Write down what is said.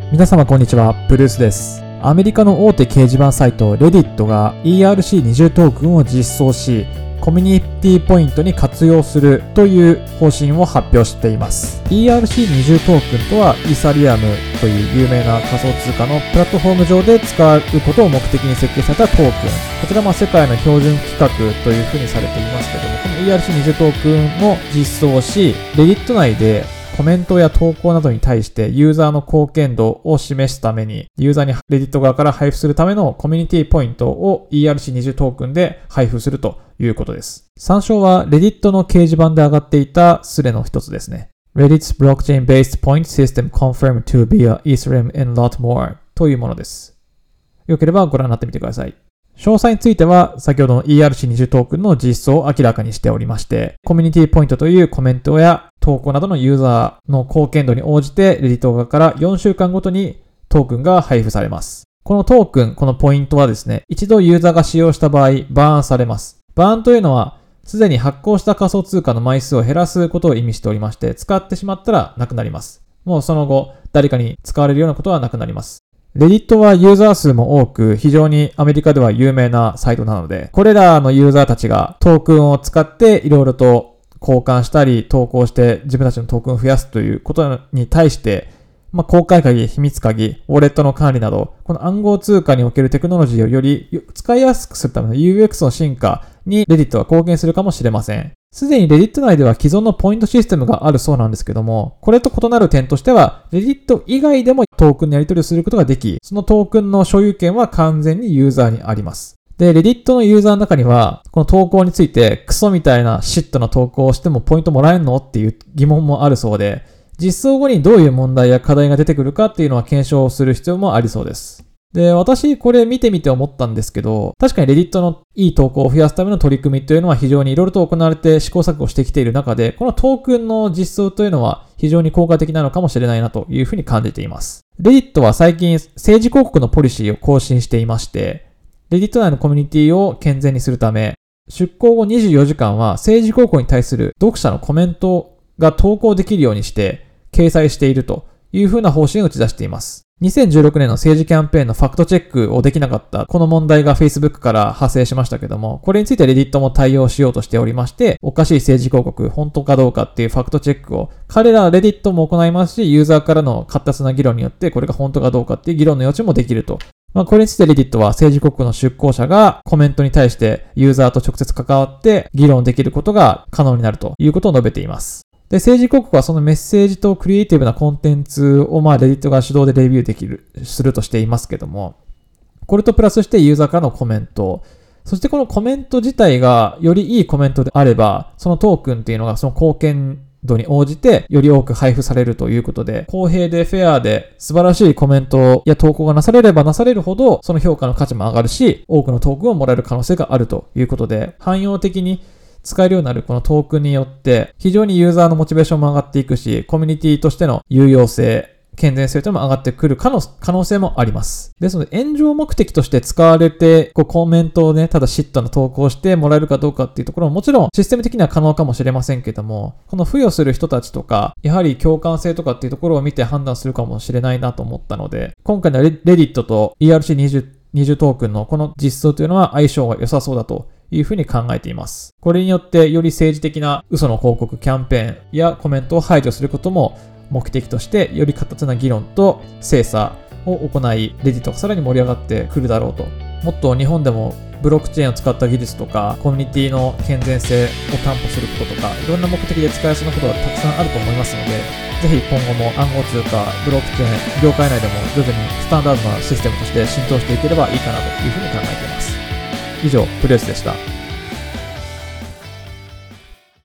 皆様こんにちは、ブルースです。アメリカの大手掲示板サイト Reddit が ERC20 トークンを実装し、コミュニティポイントに活用するという方針を発表しています。ERC20 トークンとはイーサリアムという有名な仮想通貨のプラットフォーム上で使うことを目的に設計されたトークン。こちらは世界の標準規格というふうにされていますけれども、この ERC20 トークンを実装し、Reddit 内でコメントや投稿などに対してユーザーの貢献度を示すために、ユーザーに Reddit 側から配布するためのコミュニティポイントを ERC20 トークンで配布するということです。参照は Reddit の掲示板で上がっていたスレの一つですね。Reddit's blockchain-based point system confirmed to be a Ethereum and lot more というものです。よければご覧になってみてください。詳細については先ほどの ERC20 トークンの実装を明らかにしておりまして、コミュニティポイントというコメントや投稿などのユーザーの貢献度に応じて Reddit 側から4週間ごとにトークンが配布されます。このトークン、このポイントはですね、一度ユーザーが使用した場合、バーンされます。バーンというのは、すでに発行した仮想通貨の枚数を減らすことを意味しておりまして、使ってしまったらなくなります。もうその後、誰かに使われるようなことはなくなります。Reddit はユーザー数も多く、非常にアメリカでは有名なサイトなので、これらのユーザーたちがトークンを使っていろいろと交換したり、投稿して自分たちのトークンを増やすということに対して、公開鍵、秘密鍵、ウォレットの管理など、この暗号通貨におけるテクノロジーをより使いやすくするための UX の進化に Reddit は貢献するかもしれません。すでに Reddit 内では既存のポイントシステムがあるそうなんですけども、これと異なる点としては、Reddit 以外でもトークンのやり取りをすることができ、そのトークンの所有権は完全にユーザーにあります。で、Reddit のユーザーの中には、この投稿についてクソみたいなシットな投稿をしてもポイントもらえんのっていう疑問もあるそうで、実装後にどういう問題や課題が出てくるかっていうのは検証する必要もありそうです。で、私これ見てみて思ったんですけど、確かに Reddit のいい投稿を増やすための取り組みというのは非常にいろいろと行われて試行錯誤してきている中で、このトークンの実装というのは非常に効果的なのかもしれないなというふうに感じています。Reddit は最近政治広告のポリシーを更新していまして、Reddit 内のコミュニティを健全にするため、出稿後24時間は政治広告に対する読者のコメントが投稿できるようにして掲載しているというふうな方針を打ち出しています。2016年の政治キャンペーンのファクトチェックをできなかったこの問題が Facebook から派生しましたけども、これについて Reddit も対応しようとしておりまして、おかしい政治広告本当かどうかっていうファクトチェックを彼ら Reddit も行いますし、ユーザーからの活発な議論によってこれが本当かどうかっていう議論の余地もできると。これについて Reddit は政治広告の出稿者がコメントに対してユーザーと直接関わって議論できることが可能になるということを述べています。で、政治広告はそのメッセージとクリエイティブなコンテンツをReddit が主導でレビューするとしていますけども、これとプラスしてユーザーからのコメント、そしてこのコメント自体がよりいいコメントであれば、そのトークンっていうのがその貢献度に応じてより多く配布されるということで、公平でフェアで素晴らしいコメントや投稿がなされればなされるほど、その評価の価値も上がるし、多くのトークンをもらえる可能性があるということで、汎用的に使えるようになるこのトークンによって非常にユーザーのモチベーションも上がっていくし、コミュニティとしての有用性、健全性というのも上がってくる可能性もあります。ですので炎上目的として使われてコメントをね、ただシットな投稿してもらえるかどうかっていうところももちろんシステム的には可能かもしれませんけども、この付与する人たちとかやはり共感性とかっていうところを見て判断するかもしれないなと思ったので、今回のRedditと ERC20 トークンのこの実装というのは相性が良さそうだというふうに考えています。これによってより政治的な嘘の広告キャンペーンやコメントを排除することも目的として、より活発な議論と精査を行い、Reddit がさらに盛り上がってくるだろうと。もっと日本でもブロックチェーンを使った技術とか、コミュニティの健全性を担保することとか、いろんな目的で使えそうなことがたくさんあると思いますので、ぜひ今後も暗号通貨、ブロックチェーン、業界内でも徐々にスタンダードなシステムとして浸透していければいいかなというふうに考えています。以上、プレスでした。